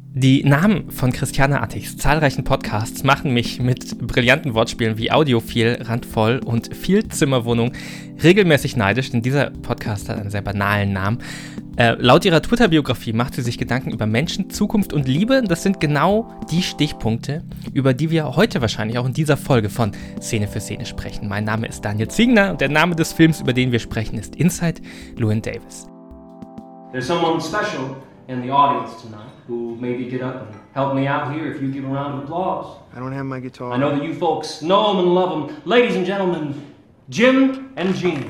Die Namen von Christiane Attichs zahlreichen Podcasts machen mich mit brillanten Wortspielen wie Audiophil, Randvoll und Vielzimmerwohnung regelmäßig neidisch, denn dieser Podcast hat einen sehr banalen Namen. Laut ihrer Twitter-Biografie macht sie sich Gedanken über Menschen, Zukunft und Liebe. Das sind genau die Stichpunkte, über die wir heute wahrscheinlich auch in dieser Folge von Szene für Szene sprechen. Mein Name ist Daniel Ziegner und der Name des Films, über den wir sprechen, ist Inside Llewyn Davis. There's someone special in the audience tonight who maybe get up and help me out here if you give a round of applause. I don't have my guitar. I know that you folks know him and love him. Ladies and gentlemen, Jim and Jean.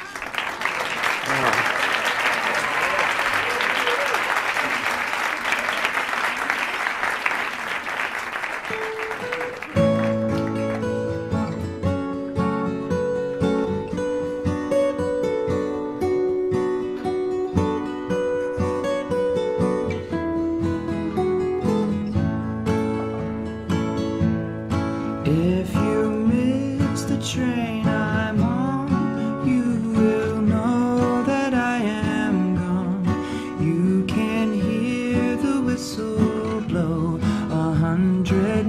If you miss the train I'm on, you will know that I am gone. You can hear the whistle blow 100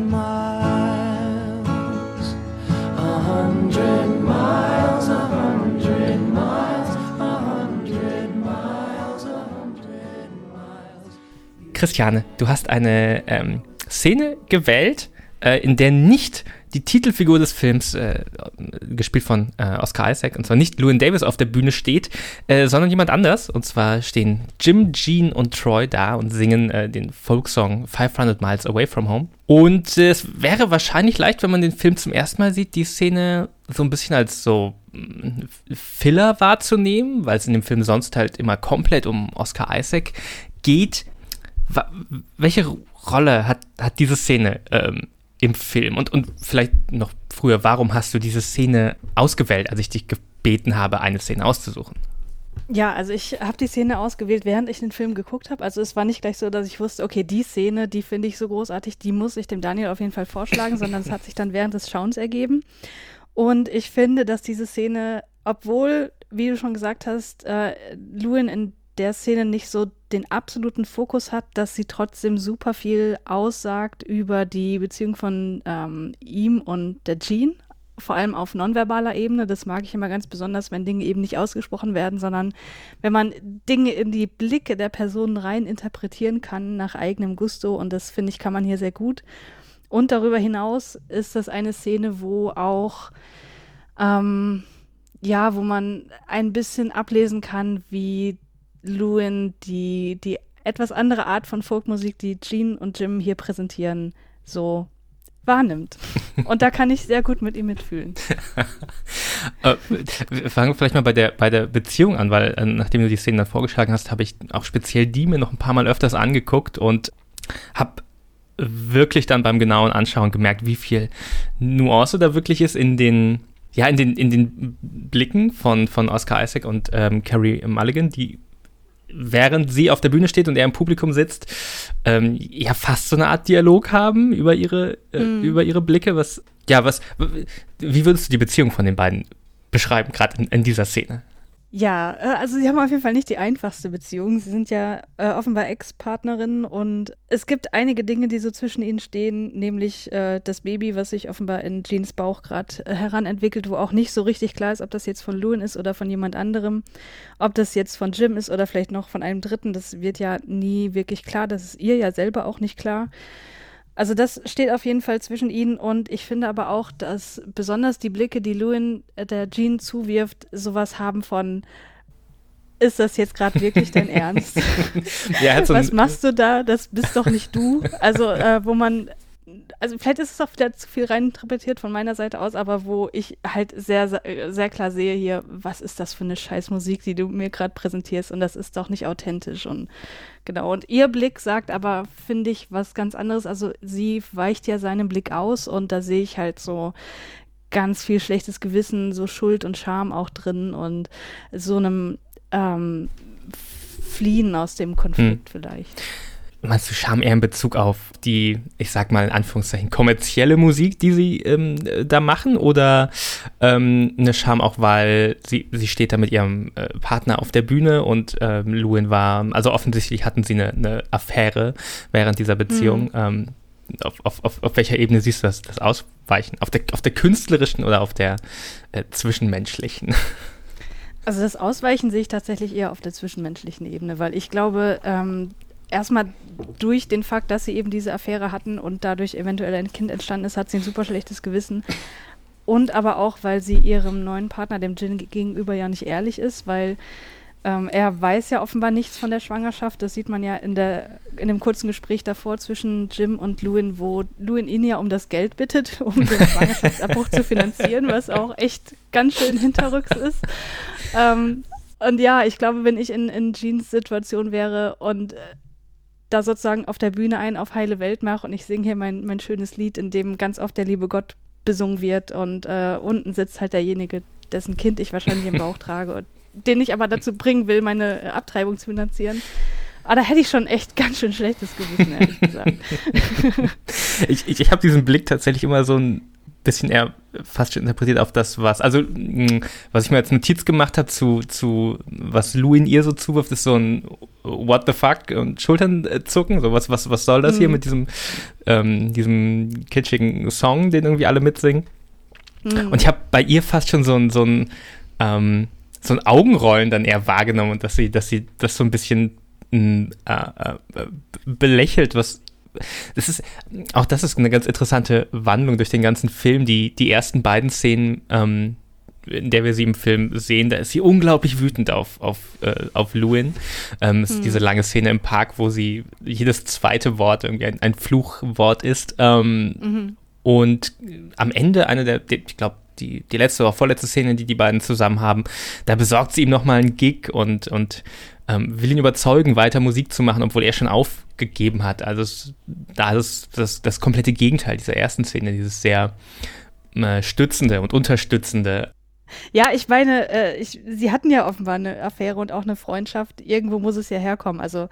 miles. 100 miles, 100 miles, 100 miles, 100 miles. Christiane, du hast eine Szene gewählt, in der nicht die Titelfigur des Films, gespielt von Oscar Isaac, und zwar nicht Llewyn Davis auf der Bühne steht, sondern jemand anders. Und zwar stehen Jim, Jean und Troy da und singen den Folksong 500 Miles Away from Home. Und es wäre wahrscheinlich leicht, wenn man den Film zum ersten Mal sieht, die Szene so ein bisschen als so Filler wahrzunehmen, weil es in dem Film sonst halt immer komplett um Oscar Isaac geht. Welche Rolle hat diese Szene im Film? Und vielleicht noch früher, warum hast du diese Szene ausgewählt, als ich dich gebeten habe, eine Szene auszusuchen? Ja, also ich habe die Szene ausgewählt, während ich den Film geguckt habe. Also es war nicht gleich so, dass ich wusste, okay, die Szene, die finde ich so großartig, die muss ich dem Daniel auf jeden Fall vorschlagen, sondern es hat sich dann während des Schauens ergeben. Und ich finde, dass diese Szene, obwohl, wie du schon gesagt hast, Llewyn in der Szene nicht so den absoluten Fokus hat, dass sie trotzdem super viel aussagt über die Beziehung von ihm und der Jean, vor allem auf nonverbaler Ebene. Das mag ich immer ganz besonders, wenn Dinge eben nicht ausgesprochen werden, sondern wenn man Dinge in die Blicke der Personen rein interpretieren kann nach eigenem Gusto, und das, finde ich, kann man hier sehr gut. Und darüber hinaus ist das eine Szene, wo auch wo man ein bisschen ablesen kann, wie Llewyn die etwas andere Art von Folkmusik, die Jean und Jim hier präsentieren, so wahrnimmt. Und da kann ich sehr gut mit ihm mitfühlen. Wir fangen vielleicht mal bei der Beziehung an, weil nachdem du die Szenen dann vorgeschlagen hast, habe ich auch speziell die mir noch ein paar Mal öfters angeguckt und habe wirklich dann beim genauen Anschauen gemerkt, wie viel Nuance da wirklich ist in den Blicken von Oscar Isaac und Carey Mulligan, die, während sie auf der Bühne steht und er im Publikum sitzt, fast so eine Art Dialog haben über ihre Blicke. Wie würdest du die Beziehung von den beiden beschreiben, gerade in dieser Szene? Ja, also sie haben auf jeden Fall nicht die einfachste Beziehung. Sie sind ja offenbar Ex-Partnerinnen, und es gibt einige Dinge, die so zwischen ihnen stehen, nämlich das Baby, was sich offenbar in Jeans Bauch gerade heranentwickelt, wo auch nicht so richtig klar ist, ob das jetzt von Llewyn ist oder von jemand anderem, ob das jetzt von Jim ist oder vielleicht noch von einem Dritten. Das wird ja nie wirklich klar, das ist ihr ja selber auch nicht klar. Also das steht auf jeden Fall zwischen ihnen, und ich finde aber auch, dass besonders die Blicke, die Llewyn der Jean zuwirft, sowas haben von, ist das jetzt gerade wirklich dein Ernst? Ja, was machst du da? Das bist doch nicht du. Also vielleicht ist es auch wieder zu viel reininterpretiert von meiner Seite aus, aber wo ich halt sehr, sehr klar sehe hier, was ist das für eine Scheißmusik, die du mir gerade präsentierst, und das ist doch nicht authentisch. Und genau, und ihr Blick sagt aber, finde ich, was ganz anderes. Also sie weicht ja seinem Blick aus, und da sehe ich halt so ganz viel schlechtes Gewissen, so Schuld und Scham auch drin, und so einem Fliehen aus dem Konflikt vielleicht. Meinst du Charme eher in Bezug auf die, ich sag mal in Anführungszeichen, kommerzielle Musik, die sie da machen? Oder eine Charme auch, weil sie steht da mit ihrem Partner auf der Bühne und Lewin also offensichtlich hatten sie eine Affäre während dieser Beziehung. Auf welcher Ebene siehst du das Ausweichen? Auf der künstlerischen oder auf der zwischenmenschlichen? Also das Ausweichen sehe ich tatsächlich eher auf der zwischenmenschlichen Ebene, weil ich glaube, erstmal durch den Fakt, dass sie eben diese Affäre hatten und dadurch eventuell ein Kind entstanden ist, hat sie ein super schlechtes Gewissen. Und aber auch, weil sie ihrem neuen Partner, dem Jin, gegenüber ja nicht ehrlich ist, weil er weiß ja offenbar nichts von der Schwangerschaft. Das sieht man ja in dem kurzen Gespräch davor zwischen Jim und Lewin, wo Lewin ihn ja um das Geld bittet, um den Schwangerschaftsabbruch zu finanzieren, was auch echt ganz schön hinterrücks ist. Und ja, ich glaube, wenn ich in Jeans Situation wäre und da sozusagen auf der Bühne einen auf heile Welt mache und ich singe hier mein schönes Lied, in dem ganz oft der liebe Gott besungen wird und unten sitzt halt derjenige, dessen Kind ich wahrscheinlich im Bauch trage und den ich aber dazu bringen will, meine Abtreibung zu finanzieren. Aber da hätte ich schon echt ganz schön schlechtes Gewissen, ehrlich gesagt. Ich habe diesen Blick tatsächlich immer so ein bisschen eher fast schon interpretiert auf das, was ich mir als Notiz gemacht habe zu was Lewin ihr so zuwirft, ist so ein What the fuck und Schultern zucken, so was soll das hier mit diesem kitschigen Song, den irgendwie alle mitsingen. Und ich habe bei ihr fast schon so ein Augenrollen dann eher wahrgenommen und dass sie das so ein bisschen belächelt, das ist eine ganz interessante Wandlung durch den ganzen Film. Die ersten beiden Szenen, in der wir sie im Film sehen, da ist sie unglaublich wütend auf Lewin. Es ist diese lange Szene im Park, wo sie jedes zweite Wort irgendwie ein Fluchwort ist. Und am Ende ich glaube, die letzte oder vorletzte Szene, die beiden zusammen haben, da besorgt sie ihm nochmal einen Gig und will ihn überzeugen, weiter Musik zu machen, obwohl er schon aufgegeben hat. Also da ist das komplette Gegenteil dieser ersten Szene, dieses sehr stützende und unterstützende. Ja, ich meine, sie hatten ja offenbar eine Affäre und auch eine Freundschaft. Irgendwo muss es ja herkommen. Also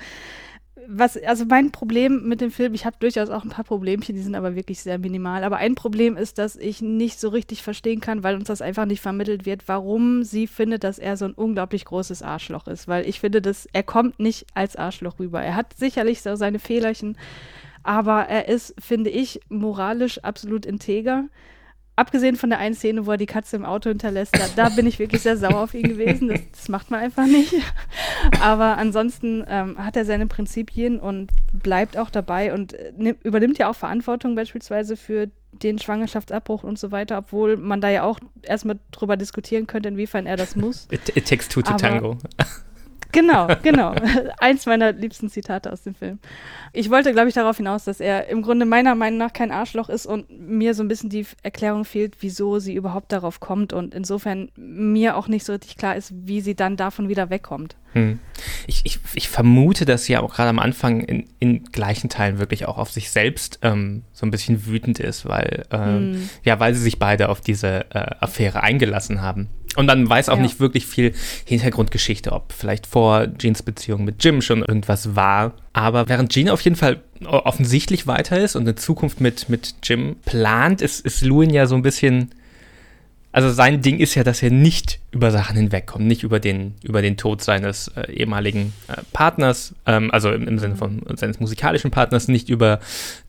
mein Problem mit dem Film, ich habe durchaus auch ein paar Problemchen, die sind aber wirklich sehr minimal. Aber ein Problem ist, dass ich nicht so richtig verstehen kann, weil uns das einfach nicht vermittelt wird, warum sie findet, dass er so ein unglaublich großes Arschloch ist. Weil ich finde, er kommt nicht als Arschloch rüber. Er hat sicherlich so seine Fehlerchen, aber er ist, finde ich, moralisch absolut integer. Abgesehen von der einen Szene, wo er die Katze im Auto hinterlässt, da bin ich wirklich sehr sauer auf ihn gewesen. Das macht man einfach nicht. Aber ansonsten hat er seine Prinzipien und bleibt auch dabei und übernimmt ja auch Verantwortung beispielsweise für den Schwangerschaftsabbruch und so weiter, obwohl man da ja auch erstmal drüber diskutieren könnte, inwiefern er das muss. It takes two to tango. Genau. Eins meiner liebsten Zitate aus dem Film. Ich wollte, glaube ich, darauf hinaus, dass er im Grunde meiner Meinung nach kein Arschloch ist und mir so ein bisschen die Erklärung fehlt, wieso sie überhaupt darauf kommt und insofern mir auch nicht so richtig klar ist, wie sie dann davon wieder wegkommt. Ich vermute, dass sie ja auch gerade am Anfang in gleichen Teilen wirklich auch auf sich selbst so ein bisschen wütend ist, weil sie sich beide auf diese Affäre eingelassen haben. Und man weiß auch nicht wirklich viel Hintergrundgeschichte, ob vielleicht vor Jeans Beziehung mit Jim schon irgendwas war. Aber während Jean auf jeden Fall offensichtlich weiter ist und eine Zukunft mit Jim plant, ist Lewin ja so ein bisschen. Also sein Ding ist ja, dass er nicht über Sachen hinwegkommt, nicht über den Tod seines ehemaligen Partners, also im Sinne von seines musikalischen Partners, nicht über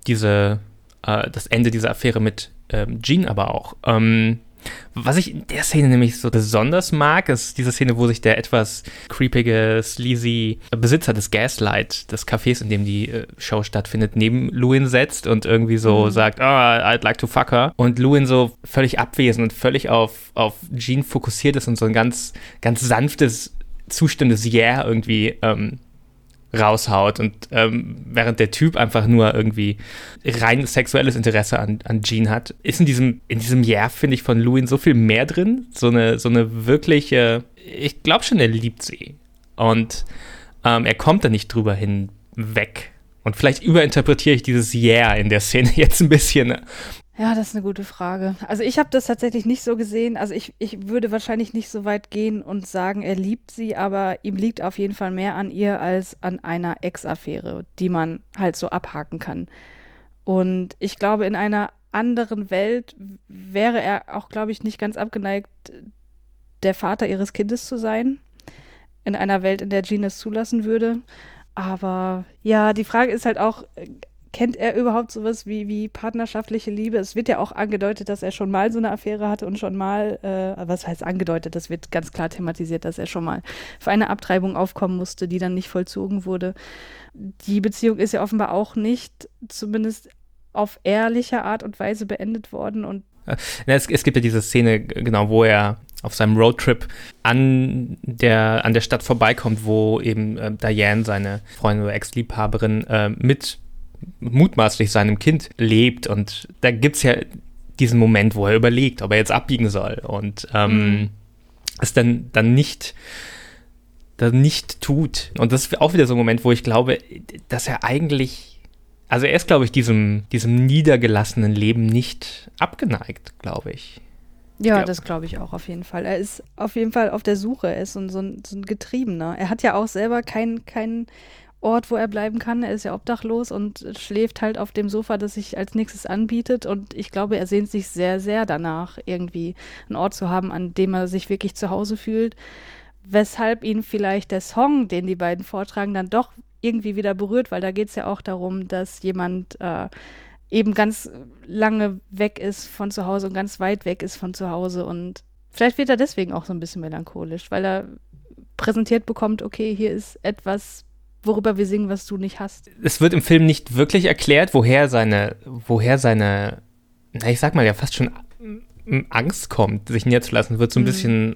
das Ende dieser Affäre mit Jean aber auch. Was ich in der Szene nämlich so besonders mag, ist diese Szene, wo sich der etwas creepige, sleazy Besitzer des Gaslight, des Cafés, in dem die Show stattfindet, neben Lewin setzt und irgendwie so sagt, I'd like to fuck her. Und Lewin so völlig abwesend und völlig auf Jean fokussiert ist und so ein ganz, ganz sanftes, zustimmendes Yeah irgendwie raushaut und während der Typ einfach nur irgendwie rein sexuelles Interesse an Jean hat, ist in diesem Yeah, finde ich, von Lewin so viel mehr drin, so eine wirkliche, ich glaube schon, er liebt sie und er kommt da nicht drüber hinweg und vielleicht überinterpretiere ich dieses Yeah in der Szene jetzt ein bisschen. Ja, das ist eine gute Frage. Also ich habe das tatsächlich nicht so gesehen. Also ich würde wahrscheinlich nicht so weit gehen und sagen, er liebt sie, aber ihm liegt auf jeden Fall mehr an ihr als an einer Ex-Affäre, die man halt so abhaken kann. Und ich glaube, in einer anderen Welt wäre er auch, glaube ich, nicht ganz abgeneigt, der Vater ihres Kindes zu sein. In einer Welt, in der Gene es zulassen würde. Aber ja, die Frage ist halt auch, kennt er überhaupt sowas wie partnerschaftliche Liebe? Es wird ja auch angedeutet, dass er schon mal so eine Affäre hatte und schon mal, was heißt angedeutet? Das wird ganz klar thematisiert, dass er schon mal für eine Abtreibung aufkommen musste, die dann nicht vollzogen wurde. Die Beziehung ist ja offenbar auch nicht, zumindest auf ehrliche Art und Weise beendet worden. Und Es gibt ja diese Szene, genau, wo er auf seinem Roadtrip an der Stadt vorbeikommt, wo eben Diane, seine Freundin oder Ex-Liebhaberin, mit mutmaßlich seinem Kind lebt. Und da gibt es ja diesen Moment, wo er überlegt, ob er jetzt abbiegen soll und es dann nicht tut. Und das ist auch wieder so ein Moment, wo ich glaube, dass er eigentlich, also er ist, glaube ich, diesem niedergelassenen Leben nicht abgeneigt, glaube ich. ja, das glaube ich auch auf jeden Fall. Er ist auf jeden Fall auf der Suche. Er ist so ein Getriebener. Er hat ja auch selber keinen Ort, wo er bleiben kann. Er ist ja obdachlos und schläft halt auf dem Sofa, das sich als nächstes anbietet. Und ich glaube, er sehnt sich sehr, sehr danach, irgendwie einen Ort zu haben, an dem er sich wirklich zu Hause fühlt. Weshalb ihn vielleicht der Song, den die beiden vortragen, dann doch irgendwie wieder berührt, weil da geht es ja auch darum, dass jemand eben ganz lange weg ist von zu Hause und ganz weit weg ist von zu Hause. Und vielleicht wird er deswegen auch so ein bisschen melancholisch, weil er präsentiert bekommt, okay, hier ist etwas, worüber wir singen, was du nicht hast. Es wird im Film nicht wirklich erklärt, woher seine, na, ich sag mal ja fast schon Angst kommt, sich niederzulassen, wird so ein bisschen,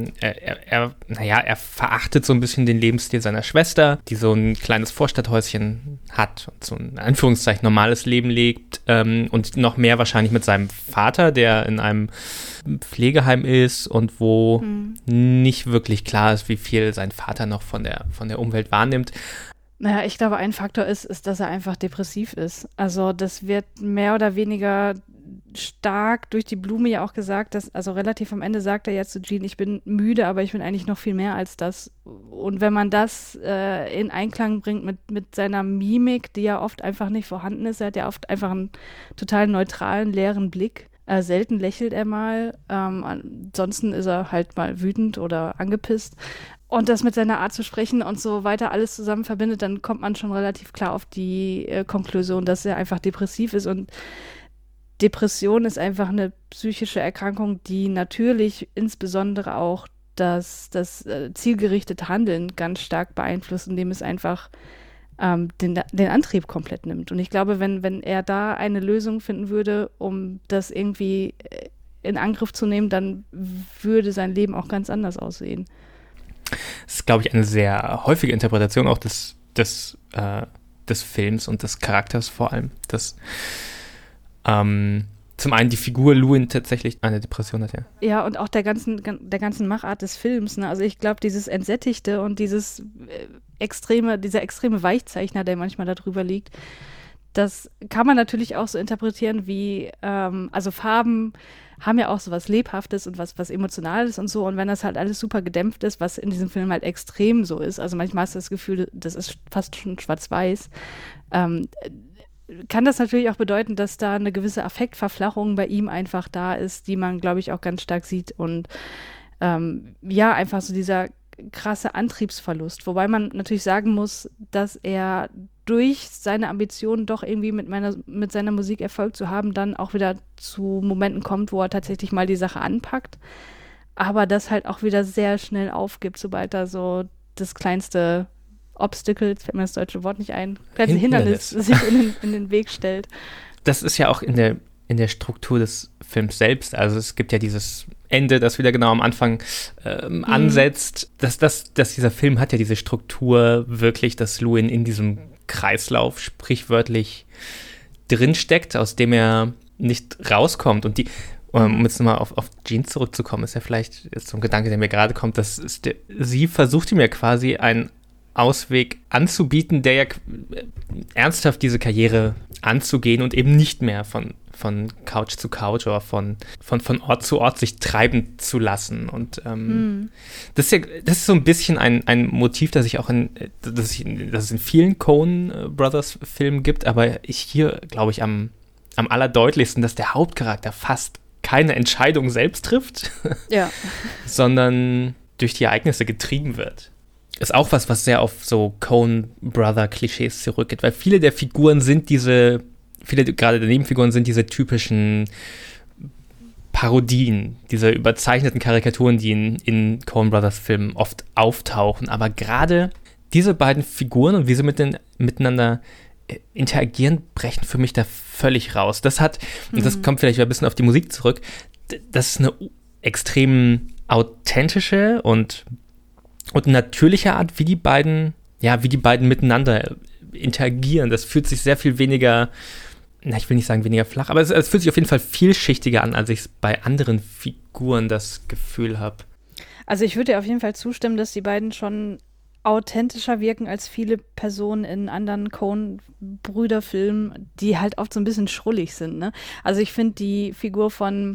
er verachtet so ein bisschen den Lebensstil seiner Schwester, die so ein kleines Vorstadthäuschen hat und so ein, in Anführungszeichen, normales Leben lebt, und noch mehr wahrscheinlich mit seinem Vater, der in einem Pflegeheim ist und wo nicht wirklich klar ist, wie viel sein Vater noch von der Umwelt wahrnimmt. Naja, ich glaube, ein Faktor ist, dass er einfach depressiv ist. Also das wird mehr oder weniger stark durch die Blume ja auch gesagt, also relativ am Ende sagt er ja zu Gene, ich bin müde, aber ich bin eigentlich noch viel mehr als das. Und wenn man das in Einklang bringt mit seiner Mimik, die ja oft einfach nicht vorhanden ist, er hat ja oft einfach einen total neutralen, leeren Blick. Selten lächelt er mal, ansonsten ist er halt mal wütend oder angepisst. Und das mit seiner Art zu sprechen und so weiter alles zusammen verbindet, dann kommt man schon relativ klar auf die Konklusion, dass er einfach depressiv ist. Und Depression ist einfach eine psychische Erkrankung, die natürlich insbesondere auch das zielgerichtete Handeln ganz stark beeinflusst, indem es einfach den Antrieb komplett nimmt. Und ich glaube, wenn er da eine Lösung finden würde, um das irgendwie in Angriff zu nehmen, dann würde sein Leben auch ganz anders aussehen. Das ist, glaube ich, eine sehr häufige Interpretation auch des Films und des Charakters vor allem, dass zum einen die Figur Lewin tatsächlich eine Depression hat, ja. Ja, und auch der ganzen Machart des Films, ne? Also ich glaube, dieses Entsättigte und dieser extreme Weichzeichner, der manchmal da drüber liegt, das kann man natürlich auch so interpretieren wie, also Farben haben ja auch so was Lebhaftes und was Emotionales und so. Und wenn das halt alles super gedämpft ist, was in diesem Film halt extrem so ist, also manchmal hast du das Gefühl, das ist fast schon schwarz-weiß, kann das natürlich auch bedeuten, dass da eine gewisse Affektverflachung bei ihm einfach da ist, die man, glaube ich, auch ganz stark sieht. Und ja, einfach so dieser krasse Antriebsverlust. Wobei man natürlich sagen muss, dass er durch seine Ambitionen doch irgendwie mit seiner Musik Erfolg zu haben, dann auch wieder zu Momenten kommt, wo er tatsächlich mal die Sache anpackt. Aber das halt auch wieder sehr schnell aufgibt, sobald er so das kleinste Obstacles, fällt mir das deutsche Wort nicht ein, kleinste Hindernis sich in den Weg stellt. Das ist ja auch in der Struktur des Films selbst. Also es gibt ja dieses Ende, das wieder genau am Anfang ansetzt. Dass dieser Film hat ja diese Struktur wirklich, dass Lewin in diesem Kreislauf sprichwörtlich drinsteckt, aus dem er nicht rauskommt. Und um jetzt nochmal auf Gene zurückzukommen, ist ja vielleicht jetzt so ein Gedanke, der mir gerade kommt, sie versucht ihm ja quasi einen Ausweg anzubieten, der ja ernsthaft diese Karriere anzugehen und eben nicht mehr von Couch zu Couch oder von Ort zu Ort sich treiben zu lassen. Und das ist so ein bisschen ein Motiv, das es in vielen Coen Brothers Filmen gibt, aber hier, glaube ich, am allerdeutlichsten, dass der Hauptcharakter fast keine Entscheidung selbst trifft, sondern durch die Ereignisse getrieben wird. Ist auch was sehr auf so Coen-Brother-Klischees zurückgeht, weil viele der Figuren sind gerade der Nebenfiguren sind diese typischen Parodien, diese überzeichneten Karikaturen, die in Coen Brothers Filmen oft auftauchen. Aber gerade diese beiden Figuren und wie sie miteinander interagieren, brechen für mich da völlig raus. Und das kommt vielleicht ein bisschen auf die Musik zurück, das ist eine extrem authentische und natürliche Art, wie die beiden miteinander interagieren. Das fühlt sich sehr viel weniger, ich will nicht sagen weniger flach, aber es fühlt sich auf jeden Fall vielschichtiger an, als ich es bei anderen Figuren das Gefühl habe. Also ich würde dir auf jeden Fall zustimmen, dass die beiden schon authentischer wirken als viele Personen in anderen Coen-Brüder-Filmen, die halt oft so ein bisschen schrullig sind, ne? Also ich finde die Figur von,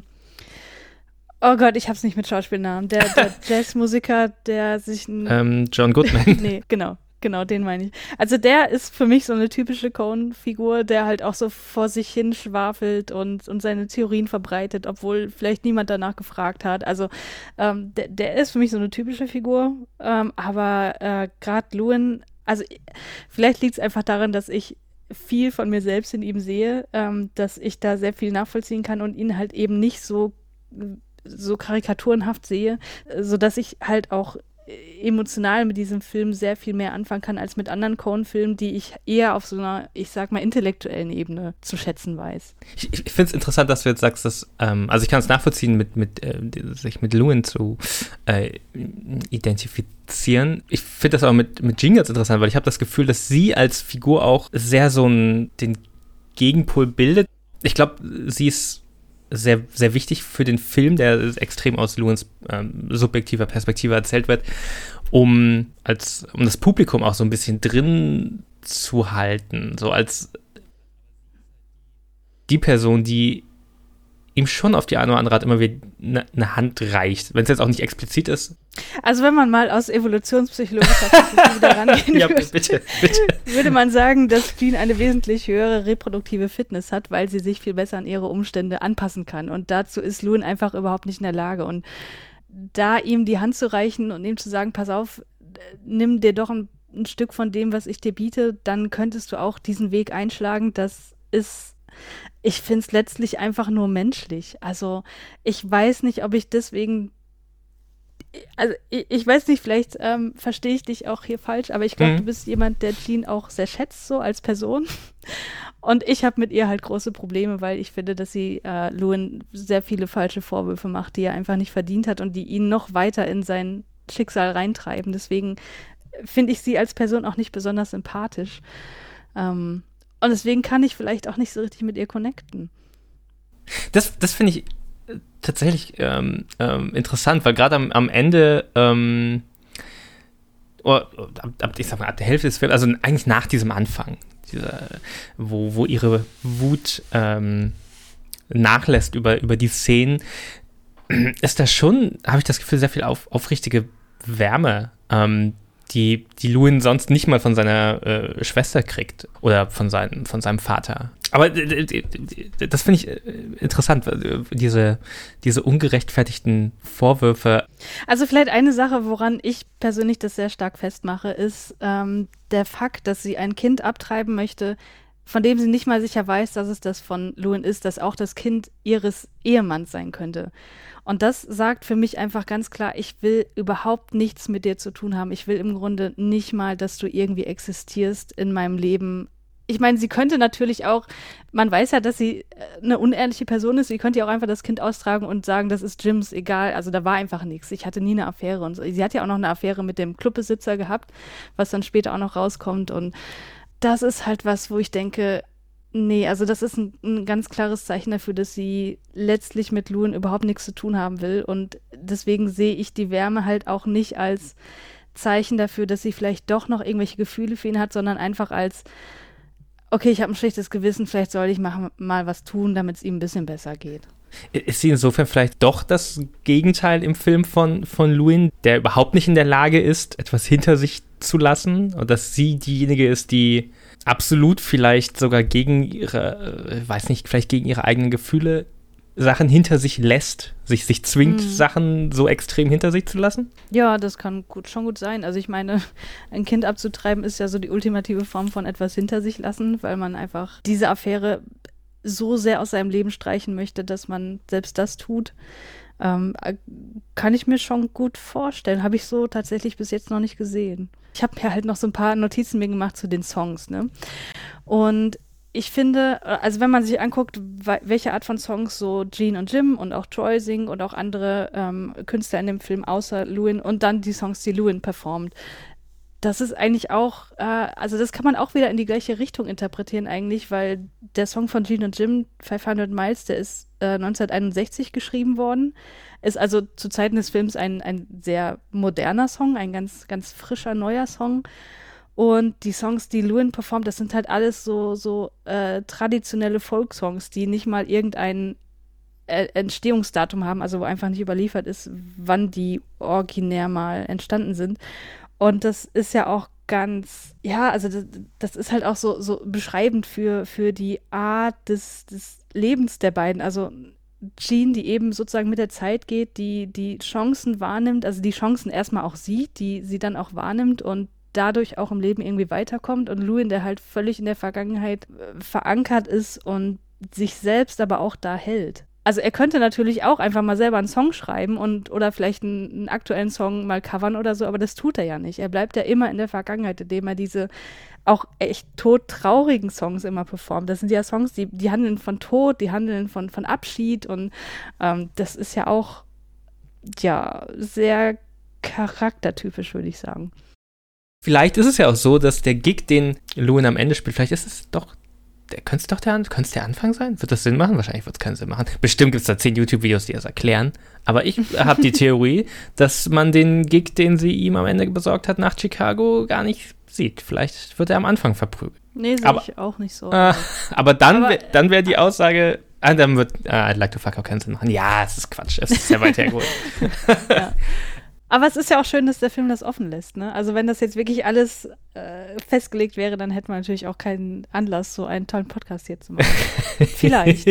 oh Gott, ich hab's nicht mit Schauspielnamen, der Jazzmusiker, der sich John Goodman. Nee, genau, den meine ich. Also der ist für mich so eine typische Coen-Figur, der halt auch so vor sich hin schwafelt und seine Theorien verbreitet, obwohl vielleicht niemand danach gefragt hat. Also der ist für mich so eine typische Figur, aber gerade Lewin, also vielleicht liegt es einfach daran, dass ich viel von mir selbst in ihm sehe, dass ich da sehr viel nachvollziehen kann und ihn halt eben nicht so karikaturenhaft sehe, sodass ich halt auch emotional mit diesem Film sehr viel mehr anfangen kann als mit anderen Coen-Filmen, die ich eher auf so einer, ich sag mal, intellektuellen Ebene zu schätzen weiß. Ich finde es interessant, dass du jetzt sagst, dass, also ich kann es nachvollziehen, sich mit Lewin zu identifizieren. Ich finde das aber mit Jean ganz interessant, weil ich habe das Gefühl, dass sie als Figur auch sehr den Gegenpol bildet. Ich glaube, sie ist sehr, sehr wichtig für den Film, der extrem aus Lewins subjektiver Perspektive erzählt wird, um das Publikum auch so ein bisschen drin zu halten, so als die Person, die ihm schon auf die eine oder andere Art immer wieder eine Hand reicht, wenn es jetzt auch nicht explizit ist. Also wenn man mal aus evolutionspsychologischer Perspektive da rangehen ja, würde, bitte. würde man sagen, dass Jean eine wesentlich höhere reproduktive Fitness hat, weil sie sich viel besser an ihre Umstände anpassen kann. Und dazu ist Lewin einfach überhaupt nicht in der Lage. Und da ihm die Hand zu reichen und ihm zu sagen, pass auf, nimm dir doch ein Stück von dem, was ich dir biete, dann könntest du auch diesen Weg einschlagen. Ich finde es letztlich einfach nur menschlich. Also ich weiß nicht, ob ich deswegen, also ich weiß nicht, vielleicht verstehe ich dich auch hier falsch, aber ich glaube, du bist jemand, der Jean auch sehr schätzt, so als Person. Und ich habe mit ihr halt große Probleme, weil ich finde, dass sie Lewin sehr viele falsche Vorwürfe macht, die er einfach nicht verdient hat und die ihn noch weiter in sein Schicksal reintreiben. Deswegen finde ich sie als Person auch nicht besonders sympathisch. Und deswegen kann ich vielleicht auch nicht so richtig mit ihr connecten. Das finde ich tatsächlich interessant, weil gerade am Ende, ich sag mal, ab der Hälfte des Films, also eigentlich nach diesem Anfang, wo ihre Wut nachlässt über die Szenen, ist da schon, habe ich das Gefühl, sehr viel aufrichtige Wärme, die Lewin sonst nicht mal von seiner Schwester kriegt oder von seinem Vater. Aber das finde ich interessant, diese ungerechtfertigten Vorwürfe. Also vielleicht eine Sache, woran ich persönlich das sehr stark festmache, ist der Fakt, dass sie ein Kind abtreiben möchte, von dem sie nicht mal sicher weiß, dass es das von Lewin ist, dass auch das Kind ihres Ehemanns sein könnte. Und das sagt für mich einfach ganz klar, ich will überhaupt nichts mit dir zu tun haben. Ich will im Grunde nicht mal, dass du irgendwie existierst in meinem Leben. Ich meine, sie könnte natürlich auch, man weiß ja, dass sie eine unehrliche Person ist, sie könnte ja auch einfach das Kind austragen und sagen, das ist Jims, egal, also da war einfach nichts. Ich hatte nie eine Affäre und so. Sie hat ja auch noch eine Affäre mit dem Clubbesitzer gehabt, was dann später auch noch rauskommt und das ist halt was, wo ich denke, nee, also das ist ein ganz klares Zeichen dafür, dass sie letztlich mit Lewin überhaupt nichts zu tun haben will und deswegen sehe ich die Wärme halt auch nicht als Zeichen dafür, dass sie vielleicht doch noch irgendwelche Gefühle für ihn hat, sondern einfach als okay, ich habe ein schlechtes Gewissen, vielleicht soll ich mal was tun, damit es ihm ein bisschen besser geht. Ist sie insofern vielleicht doch das Gegenteil im Film von Lewin, der überhaupt nicht in der Lage ist, etwas hinter sich zu lassen? Und dass sie diejenige ist, die absolut vielleicht sogar gegen ihre, weiß nicht, vielleicht gegen ihre eigenen Gefühle Sachen hinter sich lässt, sich zwingt, Sachen so extrem hinter sich zu lassen? Ja, das kann schon gut sein. Also ich meine, ein Kind abzutreiben ist ja so die ultimative Form von etwas hinter sich lassen, weil man einfach diese Affäre so sehr aus seinem Leben streichen möchte, dass man selbst das tut. Kann ich mir schon gut vorstellen. Habe ich so tatsächlich bis jetzt noch nicht gesehen. Ich habe mir halt noch so ein paar Notizen mir gemacht zu den Songs, ne? Und ich finde, also wenn man sich anguckt, welche Art von Songs so Gene und Jim und auch Troy singen und auch andere Künstler in dem Film außer Lewin und dann die Songs, die Lewin performt, das ist eigentlich auch, also das kann man auch wieder in die gleiche Richtung interpretieren eigentlich, weil der Song von Gene und Jim, 500 Miles, der ist 1961 geschrieben worden, ist also zu Zeiten des Films ein sehr moderner Song, ein ganz, ganz frischer, neuer Song. Und die Songs, die Lewin performt, das sind halt alles so traditionelle Folksongs, die nicht mal irgendein Entstehungsdatum haben, also wo einfach nicht überliefert ist, wann die originär mal entstanden sind. Und das ist ja auch ganz, ja, also das ist halt auch so beschreibend für die Art des Lebens der beiden. Also Jean, die eben sozusagen mit der Zeit geht, die Chancen wahrnimmt, also die Chancen erstmal auch sieht, die sie dann auch wahrnimmt und dadurch auch im Leben irgendwie weiterkommt. Und Lewin, der halt völlig in der Vergangenheit verankert ist und sich selbst aber auch da hält. Also er könnte natürlich auch einfach mal selber einen Song schreiben oder vielleicht einen aktuellen Song mal covern oder so, aber das tut er ja nicht. Er bleibt ja immer in der Vergangenheit, indem er diese auch echt todtraurigen Songs immer performt. Das sind ja Songs, die handeln von Tod, die handeln von Abschied und das ist ja auch ja sehr charaktertypisch, würde ich sagen. Vielleicht ist es ja auch so, dass der Gig, den Lewin am Ende spielt, vielleicht ist es doch, könnte es der Anfang sein? Wird das Sinn machen? Wahrscheinlich wird es keinen Sinn machen. Bestimmt gibt es da 10 YouTube-Videos, die das erklären. Aber ich habe die Theorie, dass man den Gig, den sie ihm am Ende besorgt hat, nach Chicago gar nicht sieht. Vielleicht wird er am Anfang verprügelt. Nee, sehe ich auch nicht so. Aber dann wäre die Aussage, dann wird I'd like to fuck auch keinen Sinn machen. Ja, es ist Quatsch. Es ist sehr weit hergeholt. Ja. Aber es ist ja auch schön, dass der Film das offen lässt, ne? Also wenn das jetzt wirklich alles festgelegt wäre, dann hätte man natürlich auch keinen Anlass, so einen tollen Podcast hier zu machen. Vielleicht.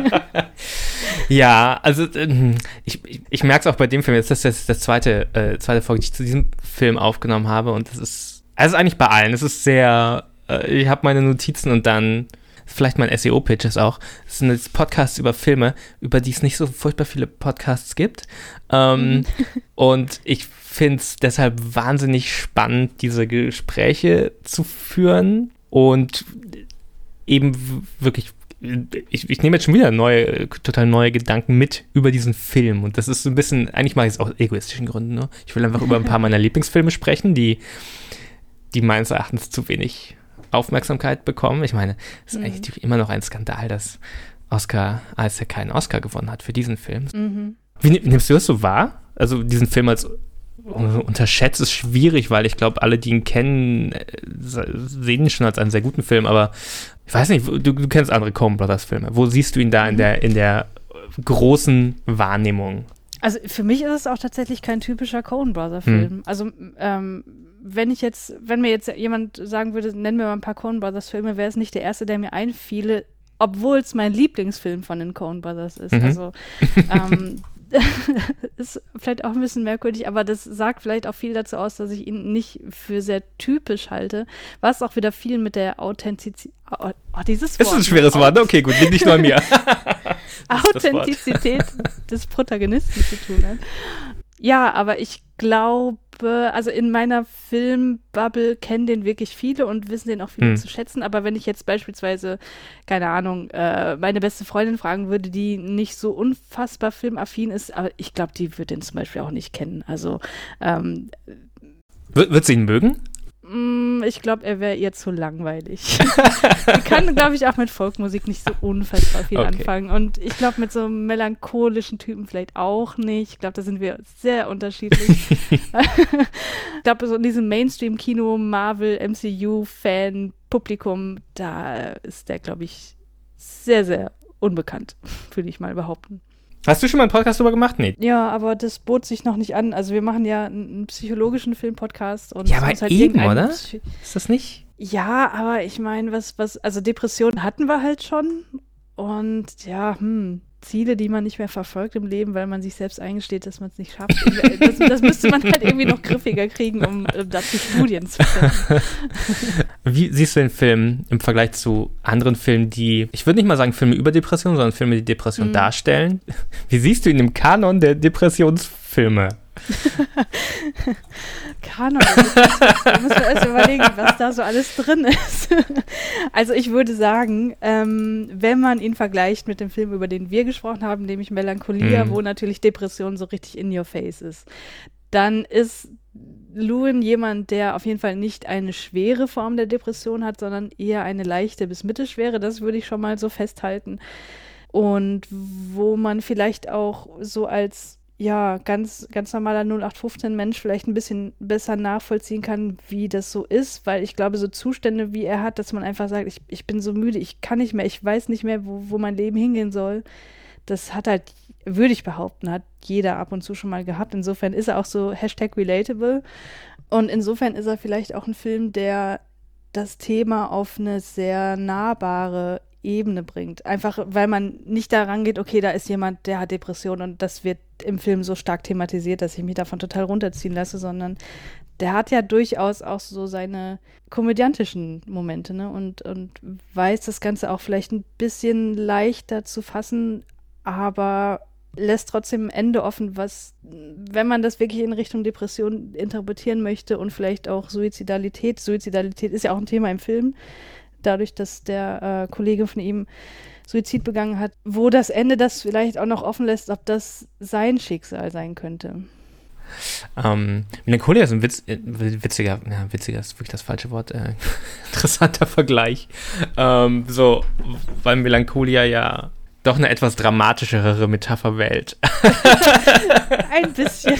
Ja, also ich merke es auch bei dem Film, jetzt ist das zweite Folge, die ich zu diesem Film aufgenommen habe und das ist, also eigentlich bei allen, es ist sehr, ich habe meine Notizen und dann vielleicht mein SEO-Pitch ist auch, das sind jetzt Podcasts über Filme, über die es nicht so furchtbar viele Podcasts gibt. Und ich finde es deshalb wahnsinnig spannend, diese Gespräche zu führen und eben wirklich, ich nehme jetzt schon wieder total neue Gedanken mit über diesen Film und das ist so ein bisschen, eigentlich mache ich es aus egoistischen Gründen, ne? Ich will einfach über ein paar meiner Lieblingsfilme sprechen, die meines Erachtens zu wenig Aufmerksamkeit bekommen. Ich meine, es ist eigentlich immer noch ein Skandal, dass Oscar Isaac keinen Oscar gewonnen hat für diesen Film. Mhm. Wie nimmst du das so wahr? Also diesen Film als unterschätzt ist schwierig, weil ich glaube, alle, die ihn kennen, sehen ihn schon als einen sehr guten Film, aber ich weiß nicht, du kennst andere Coen Brothers Filme. Wo siehst du ihn da in der großen Wahrnehmung? Also für mich ist es auch tatsächlich kein typischer Coen Brothers Film. Also wenn mir jetzt jemand sagen würde, nenn mir mal ein paar Coen Brothers Filme, wäre es nicht der erste, der mir einfiele, obwohl es mein Lieblingsfilm von den Coen Brothers ist. Also ist vielleicht auch ein bisschen merkwürdig, aber das sagt vielleicht auch viel dazu aus, dass ich ihn nicht für sehr typisch halte, was auch wieder viel mit der Authentizität, dieses Wort. Ist ein schweres Wort, ne? Okay, gut, liegt nicht nur an mir. Authentizität des Protagonisten zu tun hat. Ja, aber ich glaube, also in meiner Filmbubble kennen den wirklich viele und wissen den auch viele zu schätzen, aber wenn ich jetzt beispielsweise, keine Ahnung, meine beste Freundin fragen würde, die nicht so unfassbar filmaffin ist, aber ich glaube, die wird den zum Beispiel auch nicht kennen. Also wird sie ihn mögen? Ich glaube, er wäre ihr zu langweilig. Sie kann, glaube ich, auch mit Folkmusik nicht so unfassbar viel anfangen. Und ich glaube, mit so einem melancholischen Typen vielleicht auch nicht. Ich glaube, da sind wir sehr unterschiedlich. Ich glaube, so in diesem Mainstream-Kino, Marvel, MCU-Fan, Publikum, da ist der, glaube ich, sehr, sehr unbekannt, würde ich mal behaupten. Hast du schon mal einen Podcast darüber gemacht? Nee. Ja, aber das bot sich noch nicht an. Also wir machen ja einen psychologischen Filmpodcast. Und ja, aber halt eben, oder? Ist das nicht? Ja, aber ich meine, also Depressionen hatten wir halt schon. Und ja, Ziele, die man nicht mehr verfolgt im Leben, weil man sich selbst eingesteht, dass man es nicht schafft. Das müsste man halt irgendwie noch griffiger kriegen, um dazu Studien zu finden. Wie siehst du den Film im Vergleich zu anderen Filmen, die, ich würde nicht mal sagen Filme über Depression, sondern Filme, die Depression darstellen? Wie siehst du ihn im Kanon der Depressionsfilme? Kanon. Da muss man erst überlegen, was da so alles drin ist. Also ich würde sagen, wenn man ihn vergleicht mit dem Film, über den wir gesprochen haben, nämlich Melancholia, wo natürlich Depression so richtig in your face ist, dann ist Lewin jemand, der auf jeden Fall nicht eine schwere Form der Depression hat, sondern eher eine leichte bis mittelschwere. Das würde ich schon mal so festhalten. Und wo man vielleicht auch so als ganz normaler 0815-Mensch vielleicht ein bisschen besser nachvollziehen kann, wie das so ist, weil ich glaube, so Zustände, wie er hat, dass man einfach sagt, ich bin so müde, ich kann nicht mehr, ich weiß nicht mehr, wo mein Leben hingehen soll, das hat halt, würde ich behaupten, hat jeder ab und zu schon mal gehabt. Insofern ist er auch so #relatable und insofern ist er vielleicht auch ein Film, der das Thema auf eine sehr nahbare Ebene bringt. Einfach, weil man nicht daran geht, okay, da ist jemand, der hat Depressionen und das wird im Film so stark thematisiert, dass ich mich davon total runterziehen lasse, sondern der hat ja durchaus auch so seine komödiantischen Momente, ne? Und weiß das Ganze auch vielleicht ein bisschen leichter zu fassen, aber lässt trotzdem ein Ende offen, was, wenn man das wirklich in Richtung Depression interpretieren möchte und vielleicht auch Suizidalität ist ja auch ein Thema im Film, dadurch, dass der Kollege von ihm Suizid begangen hat, wo das Ende das vielleicht auch noch offen lässt, ob das sein Schicksal sein könnte. Melancholia ist ein witziger ist wirklich das falsche Wort, interessanter Vergleich. Weil Melancholia ja doch eine etwas dramatischere Metapher wählt. Ein bisschen.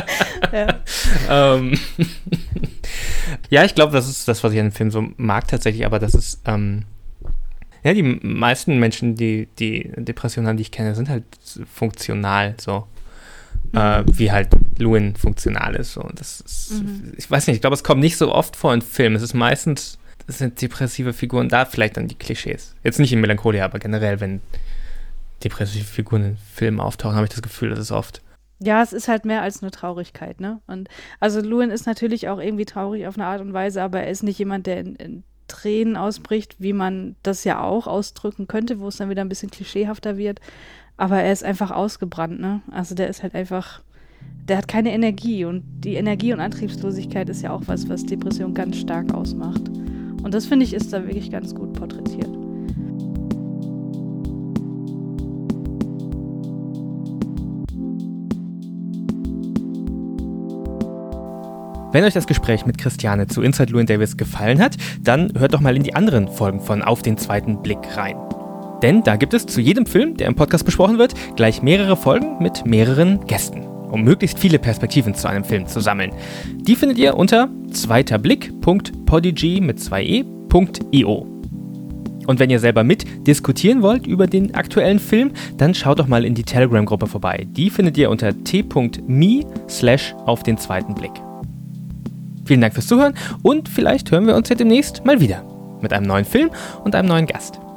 Ja, ich glaube, das ist das, was ich an dem Film so mag tatsächlich, aber das ist, die meisten Menschen, die Depressionen haben, die ich kenne, sind halt funktional, so. Wie halt Lewin funktional ist. So. Das ist, ich weiß nicht, ich glaube, es kommt nicht so oft vor in Filmen. Es ist meistens, das sind depressive Figuren, da vielleicht dann die Klischees. Jetzt nicht in Melancholia, aber generell, wenn depressive Figuren in Filmen auftauchen, habe ich das Gefühl, das ist oft. Ja, es ist halt mehr als nur Traurigkeit, ne? Und also Lewin ist natürlich auch irgendwie traurig auf eine Art und Weise, aber er ist nicht jemand, der in Tränen ausbricht, wie man das ja auch ausdrücken könnte, wo es dann wieder ein bisschen klischeehafter wird. Aber er ist einfach ausgebrannt, ne? Also der ist halt einfach, der hat keine Energie und die Energie und Antriebslosigkeit ist ja auch was Depression ganz stark ausmacht. Und das, finde ich, ist da wirklich ganz gut porträtiert. Wenn euch das Gespräch mit Christiane zu Inside Llewyn Davis gefallen hat, dann hört doch mal in die anderen Folgen von Auf den zweiten Blick rein. Denn da gibt es zu jedem Film, der im Podcast besprochen wird, gleich mehrere Folgen mit mehreren Gästen, um möglichst viele Perspektiven zu einem Film zu sammeln. Die findet ihr unter zweiterblick.podigy.io. Und wenn ihr selber mit diskutieren wollt über den aktuellen Film, dann schaut doch mal in die Telegram-Gruppe vorbei. Die findet ihr unter t.me/auf den zweiten Blick. Vielen Dank fürs Zuhören und vielleicht hören wir uns ja demnächst mal wieder mit einem neuen Film und einem neuen Gast.